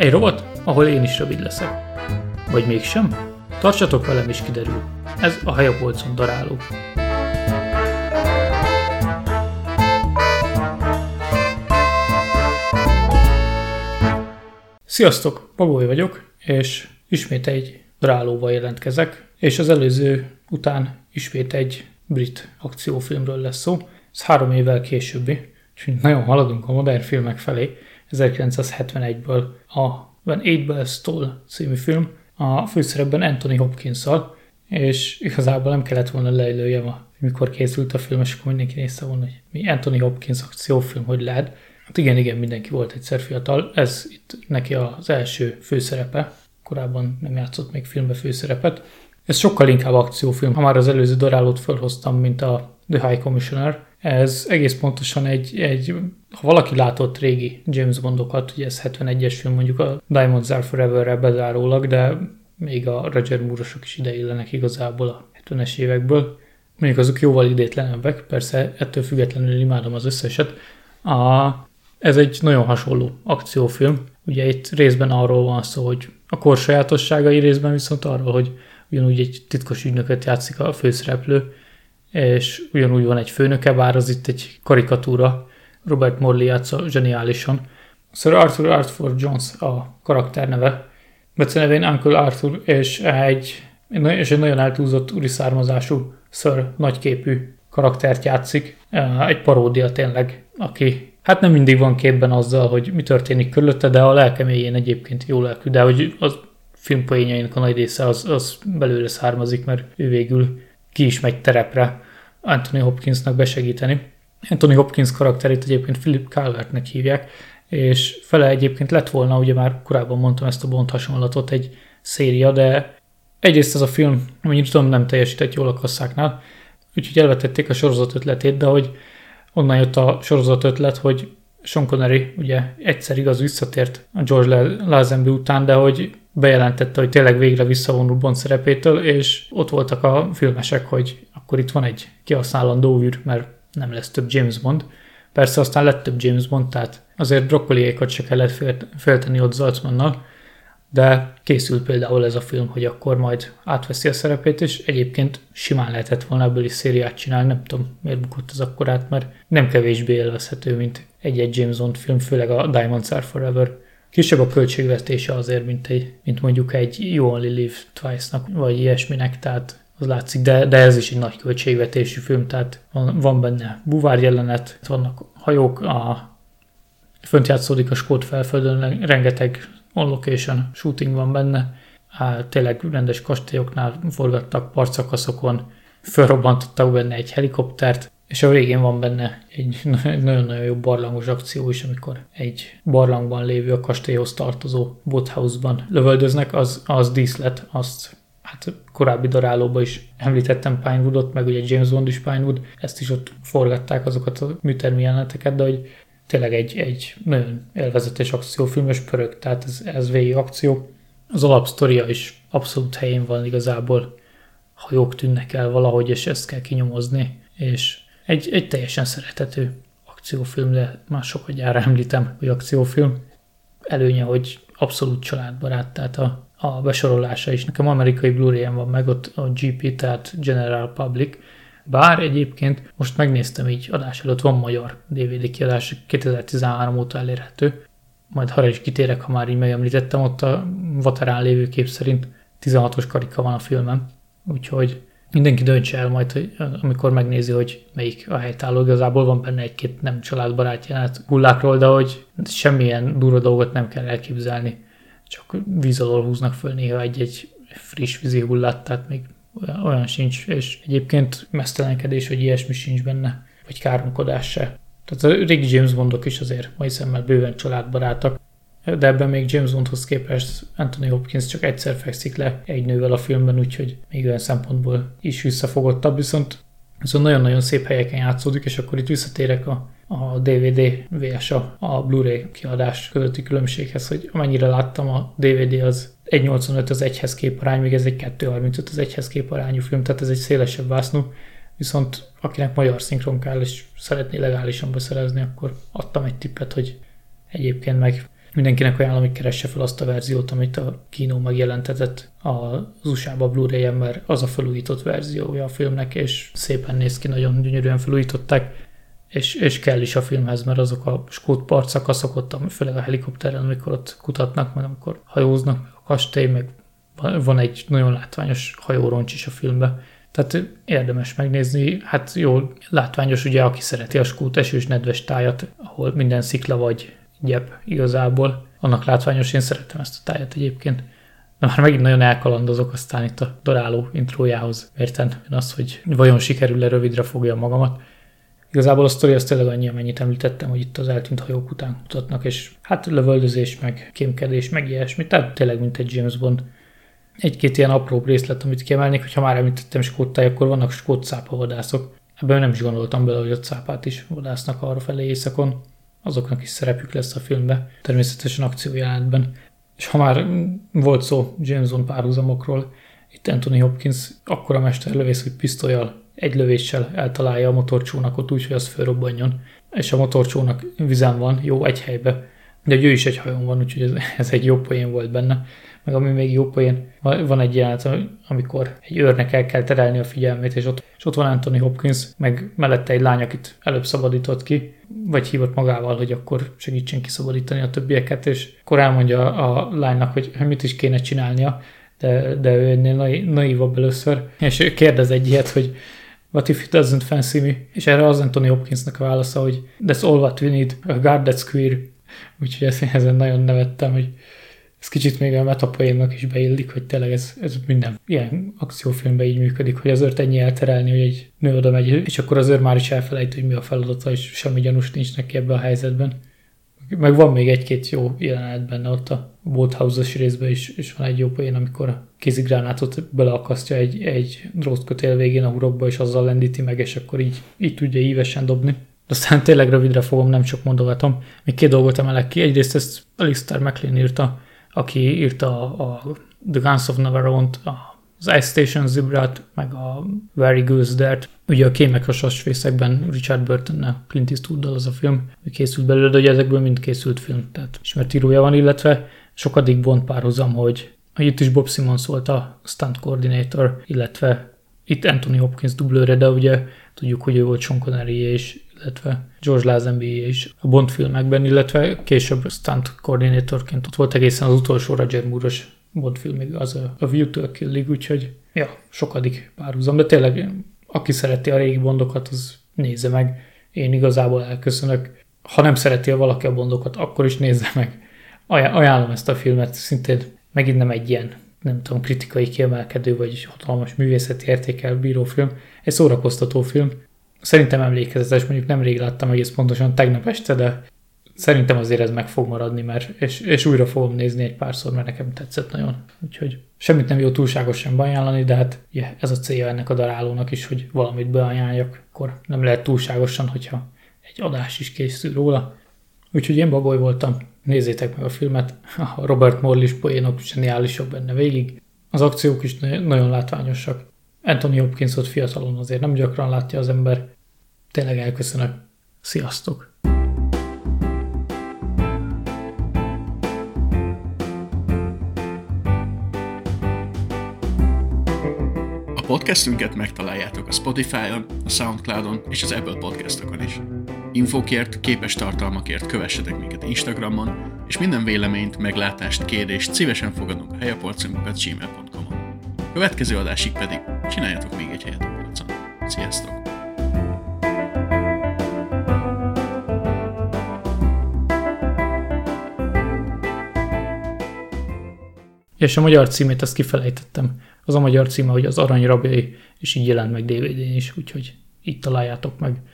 Egy rovat, ahol én is rövid leszek. Vagy mégsem? Tartsatok velem, és kiderül. Ez a Hely-a-polcon daráló. Sziasztok, Bagoly vagyok, és ismét egy darálóval jelentkezek, és az előző után ismét egy brit akciófilmről lesz szó. Ez 3 évvel későbbi, úgyhogy nagyon haladunk a modern filmek felé. 1971-ből a When 8 Bells Toll című film, a főszerepben Anthony Hopkinsszal, és igazából nem kellett volna leülőjem, mikor készült a film, és akkor mindenki nézte volna, hogy mi Anthony Hopkins akciófilm, hogy lehet. Hát igen, mindenki volt egyszer fiatal, ez itt neki az első főszerepe, korábban nem játszott még filmbe főszerepet. Ez sokkal inkább akciófilm, ha már az előző darálót felhoztam, mint a The High Commissioner. Ez egész pontosan ha valaki látott régi James Bondokat, ugye ez 71-es film, mondjuk a Diamonds Are Forever-re bezárólag, de még a Roger Moore-osok is ide illenek igazából a 70-es évekből. Mondjuk azok jóval idétlenebbek, persze ettől függetlenül imádom az összeset. Ez egy nagyon hasonló akciófilm. Ugye itt részben arról van szó, hogy a kor sajátosságai, részben viszont arról, hogy ugyanúgy egy titkos ügynököt játszik a főszereplő, és ugyanúgy van egy főnöke, bár az itt egy karikatúra. Robert Morley játsza zseniálisan. Sir Arthur Arthur Jones a karakterneve. Becenevén Uncle Arthur, és egy nagyon eltúlzott úri származású Sir nagyképű karaktert játszik. Egy paródia tényleg, aki hát nem mindig van képben azzal, hogy mi történik körülötte, de a lelke mélyén egyébként jó lelkű, de hogy az filmpoénjainak a nagy része az belőle származik, mert ő végül ki is megy terepre Anthony Hopkinsnak besegíteni. Anthony Hopkins karakterét egyébként Philip Calvertnek hívják, és fele egyébként lett volna, ugye már korábban mondtam ezt a Bond hasonlatot, egy széria, de egyrészt ez a film, amennyit tudom, nem teljesített jól a kasszáknál, úgyhogy elvetették a sorozat ötletét, de hogy onnan jött a sorozat ötlet, hogy Sean Connery ugye egyszer igaz visszatért a George Lazenby után, de hogy bejelentette, hogy tényleg végre visszavonul Bond szerepétől, és ott voltak a filmesek, hogy akkor itt van egy kihasználandó űr, mert nem lesz több James Bond. Persze aztán lett több James Bond, tehát azért brokkoliékat se kellett félteni ott Zaltzmannal, de készült például ez a film, hogy akkor majd átveszi a szerepét, és egyébként simán lehetett volna ebből is szériát csinálni, nem tudom miért bukott az akkorát, mert nem kevésbé élvezhető, mint egy James Bond film, főleg a Diamonds Are Forever. Kisebb a költségvetése azért, mint mondjuk egy You Only Live Twice-nak, vagy ilyesminek, tehát az látszik, de ez is egy nagy költségvetésű film, tehát van benne buvár jelenet, vannak hajók, fönt játszódik a skót felföldön, rengeteg on-location shooting van benne, tényleg rendes kastélyoknál forgattak, partszakaszokon, felrobbantottak benne egy helikoptert, és a végén van benne egy nagyon-nagyon jó barlangos akció is, amikor egy barlangban lévő a kastélyhoz tartozó boathouse-ban lövöldöznek, az díszlet, azt hát korábbi darálóban is említettem Pinewoodot, meg ugye James Bond is Pinewood, ezt is ott forgatták azokat a műtermi jeleneteket, de hogy tényleg egy nagyon élvezetes akciófilm, és pörög, tehát ez végig akció. Az alapsztoria is abszolút helyén van igazából, hajók tűnnek el valahogy, és ezt kell kinyomozni, és egy teljesen szerethető akciófilm, de már sokadjára említem, hogy akciófilm. Előnye, hogy abszolút családbarát, tehát a besorolása is. Nekem amerikai Blu-ray-en van meg, ott a GP, tehát General Public, bár egyébként most megnéztem így adás előtt, van magyar DVD kiadás, 2013 óta elérhető, majd arra is kitérek, ha már így megemlítettem, ott a Vaterán lévő kép szerint 16-os karika van a filmem, úgyhogy mindenki döntse el majd, hogy amikor megnézi, hogy melyik a helytálló, igazából van benne egy-két nem családbarát jelenet hullákról, de hogy semmilyen durva dolgot nem kell elképzelni, csak víz alól húznak föl néha egy friss vízi hullát, tehát még olyan sincs, és egyébként meztelenkedés, vagy ilyesmi sincs benne, vagy káromkodás se. Tehát a régi James Bondok is azért mai szemmel bőven családbarátak, de ebben még James Bondhoz képest Anthony Hopkins csak egyszer fekszik le egy nővel a filmben, úgyhogy még olyan szempontból is visszafogottabb, viszont nagyon-nagyon szép helyeken játszódik, és akkor itt visszatérek a DVD vs. a Blu-ray kiadás közötti különbséghez, hogy amennyire láttam, a DVD az 1.85 az 1-hez képarány, még ez egy 2.35 az 1-hez képarányú film, tehát ez egy szélesebb vásznú, viszont akinek magyar szinkron kell, és szeretné legálisan beszerezni, akkor adtam egy tippet, hogy egyébként meg Mindenkinek ajánlom, hogy keresse fel azt a verziót, amit a Kino megjelentetett az USA-ba Blu-ray-en, mert az a felújított verziója a filmnek, és szépen néz ki, nagyon gyönyörűen felújították, és kell is a filmhez, mert azok a skót partszakaszok ott, főleg a helikopterrel, amikor ott kutatnak, meg amikor hajóznak, meg a kastély, meg van egy nagyon látványos hajóroncs is a filmben. Tehát érdemes megnézni, hát jól látványos, ugye, aki szereti a skót esős nedves tájat, ahol minden szikla vagy gyep igazából, annak látványos, én szeretem ezt a tájat egyébként. De már megint nagyon elkalandozok aztán itt a daráló intrójához, értem az, hogy vajon sikerül-e rövidre fogja magamat. Igazából a sztori az tényleg annyi, amennyit említettem, hogy itt az eltűnt hajók után kutatnak, és hát lövöldözés, meg kémkedés, meg ilyesmi, tehát tényleg mint egy James Bond. Egy-két ilyen apró részlet, amit kiemelnék, hogyha már említettem skóttáj, akkor vannak skót cápavadászok. Ebben nem is gondoltam bele, hogy a cápát is vadásznak arra felé éjszakon. Azoknak is szerepük lesz a filmben, természetesen akciójelenetben. És ha már volt szó James Bond párhuzamokról, itt Anthony Hopkins akkora mesterlövész, hogy pisztollyal egy lövéssel eltalálja a motorcsónakot úgy, hogy az fölrobbanjon. És a motorcsónak vizen van, jó, egy helybe. De ő is egy hajón van, úgyhogy ez egy jó poén volt benne. Meg ami még jó poén, van egy jelenet, amikor egy őrnek el kell terelni a figyelmét, és ott van Anthony Hopkins, meg mellette egy lány, akit előbb szabadított ki, vagy hívott magával, hogy akkor segítsen kiszabadítani a többieket, és akkor elmondja a lánynak, hogy mit is kéne csinálnia, de ő ennél naívabb először, és kérdez egy ilyet, hogy what if he doesn't fancy me? És erre az Anthony Hopkinsnak a válasza, hogy that's all what we need, a guard that's queer. Úgyhogy ezen nagyon nevettem, hogy ez kicsit még a metapoénnak is beillik, hogy tényleg ez minden ilyen akciófilmben így működik, hogy az őrt ennyi elterelni, hogy egy nő oda megy, és akkor az őr már is elfelejt, hogy mi a feladata, és semmi gyanús nincs neki ebben a helyzetben. Meg van még egy-két jó jelenet benne ott a Boathouse-os részben is, és van egy jó poén, amikor a kézigránátot beleakasztja egy drótkötél végén a hurokba, és azzal lendíti meg, és akkor így tudja ívesen dobni. De aztán tényleg rövidre fogom, nem csak mondogatom. Még két dolgot emelek ki. Egyrészt ezt Alistair MacLean írta, aki írta a The Guns of Navarone-t, az Ice Station Zebra-t, meg a Very Goose Dirt. Ugye a Kémek a sasfészekben Richard Burtonnel, Clint Eastwooddal az a film, készült belőle, de ugye ezekből mind készült film, tehát ismert írója van, illetve sokadik Bond párhuzam, hogy itt is Bob Simmons volt a stunt coordinator, illetve itt Anthony Hopkins dublőre, de ugye tudjuk, hogy ő volt Sean Connery és illetve George Lazenby is a Bond filmekben, illetve később stunt coordinatorként ott volt egészen az utolsó Roger Moore-os Bond filmig, az a View to a Kill-ig, úgyhogy sokadik párhuzam, de tényleg aki szereti a régi Bondokat, az nézze meg. Én igazából elköszönök. Ha nem szereti valaki a Bondokat, akkor is nézze meg. Ajánlom ezt a filmet, szintén megint nem egy ilyen, nem tudom, kritikai kiemelkedő, vagy hatalmas művészeti értékkel bíró film. Egy szórakoztató film. Szerintem emlékezetes, mondjuk nemrég láttam egész pontosan tegnap este, de szerintem azért ez meg fog maradni, és újra fogom nézni egy párszor, mert nekem tetszett nagyon. Úgyhogy semmit nem jó túlságosan beajánlani, de hát ez a célja ennek a darálónak is, hogy valamit beajánljak, akkor nem lehet túlságosan, hogyha egy adás is készül róla. Úgyhogy én Bagoly voltam, nézzétek meg a filmet, a Robert Morley-s poénok zseniálisak benne végig, az akciók is nagyon látványosak. Anthony Hopkinsot fiatalon azért nem gyakran látja az ember. Tényleg elköszönök. Sziasztok! A podcastünket megtaláljátok a Spotify-on, a Soundcloud-on és az Apple Podcastokon is. Infókért, képes tartalmakért kövessetek minket Instagramon, és minden véleményt, meglátást, kérdést szívesen fogadunk a helyapolcunkat@gmail.com-on. Következő adásig pedig csináljatok még egy helyet a polcon. Sziasztok! És a magyar címét ezt kifelejtettem. Az a magyar címe, hogy az Arany rabjai, és így jelent meg DVD-n is, úgyhogy így találjátok meg.